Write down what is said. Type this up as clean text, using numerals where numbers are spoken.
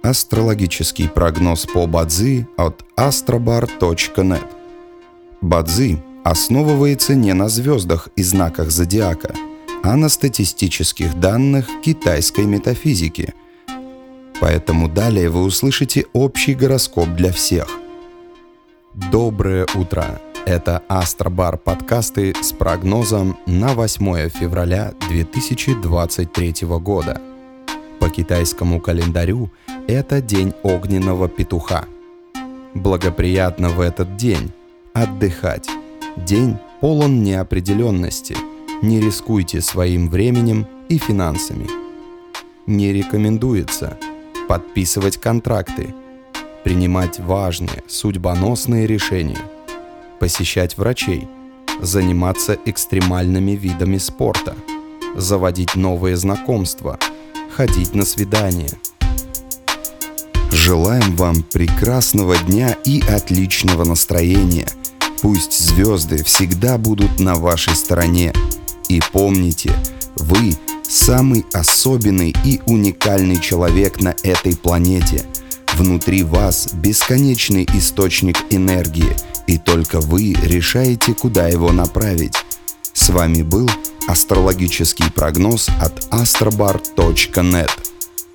Астрологический прогноз по Бадзи от astrobar.net. Бадзи основывается не на звездах и знаках зодиака, а на статистических данных китайской метафизики. Поэтому далее вы услышите общий гороскоп для всех. Доброе утро! Это Астробар подкасты с прогнозом на 8 февраля 2023 года. По китайскому календарю это день огненного петуха. Благоприятно в этот день отдыхать. День полон неопределенности. Не рискуйте своим временем и финансами. Не рекомендуется подписывать контракты, принимать важные, судьбоносные решения, посещать врачей, заниматься экстремальными видами спорта, заводить новые знакомства, ходить на свидания. Желаем вам прекрасного дня и отличного настроения. Пусть звезды всегда будут на вашей стороне. И помните, вы самый особенный и уникальный человек на этой планете. Внутри вас бесконечный источник энергии, и только вы решаете, куда его направить. С вами был астрологический прогноз от astrobar.net.